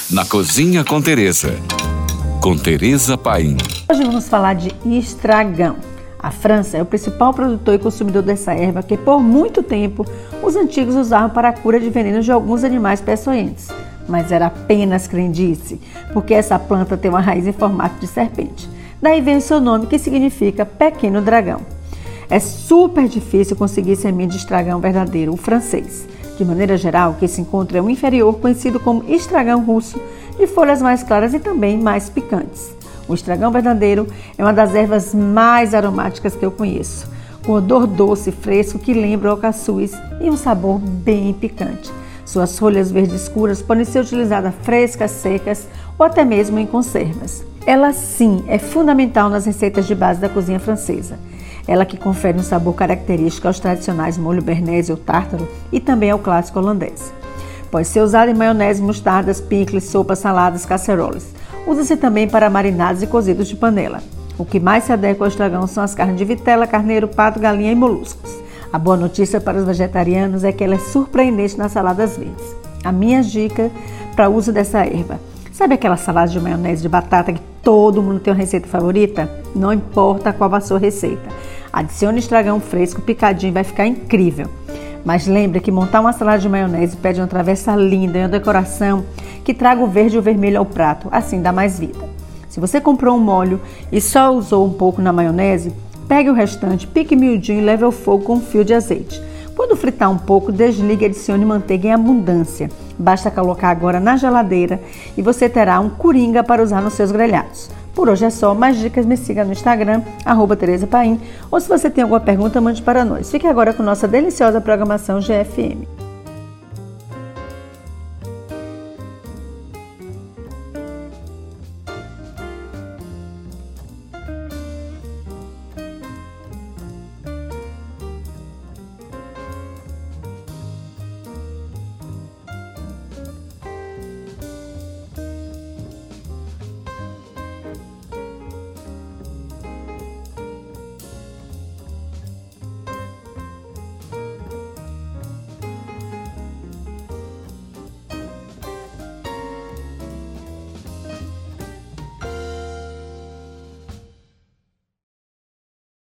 na Cozinha com Tereza. Com Tereza Paim. Hoje vamos falar de estragão. A França é o principal produtor e consumidor dessa erva que por muito tempo os antigos usavam para a cura de venenos de alguns animais peçonhentos. Mas era apenas crendice, porque essa planta tem uma raiz em formato de serpente. Daí vem o seu nome, que significa pequeno dragão. É super difícil conseguir semente de estragão verdadeiro, o francês. De maneira geral, o que se encontra é um inferior, conhecido como estragão russo, de folhas mais claras e também mais picantes. O estragão verdadeiro é uma das ervas mais aromáticas que eu conheço, com odor doce e fresco que lembra o alcaçuz e um sabor bem picante. Suas folhas verdes escuras podem ser utilizadas frescas, secas ou até mesmo em conservas. Ela sim é fundamental nas receitas de base da cozinha francesa. Ela que confere um sabor característico aos tradicionais molho béarnaise ou tártaro e também ao clássico holandês. Pode ser usada em maionese, mostardas, picles, sopas, saladas, casseroles. Usa-se também para marinados e cozidos de panela. O que mais se adequa ao estragão são as carnes de vitela, carneiro, pato, galinha e moluscos. A boa notícia para os vegetarianos é que ela é surpreendente nas saladas verdes. A minha dica para o uso dessa erva: sabe aquela salada de maionese de batata que todo mundo tem uma receita favorita? Não importa qual a sua receita. Adicione estragão fresco, picadinho, vai ficar incrível. Mas lembre que montar uma salada de maionese pede uma travessa linda e uma decoração que traga o verde e o vermelho ao prato, assim dá mais vida. Se você comprou um molho e só usou um pouco na maionese, pegue o restante, pique miudinho e leve ao fogo com um fio de azeite. Quando fritar um pouco, desligue e adicione manteiga em abundância. Basta colocar agora na geladeira e você terá um coringa para usar nos seus grelhados. Por hoje é só. Mais dicas, me siga no Instagram, @TerezaPaim. Ou se você tem alguma pergunta, mande para nós. Fique agora com nossa deliciosa programação GFM.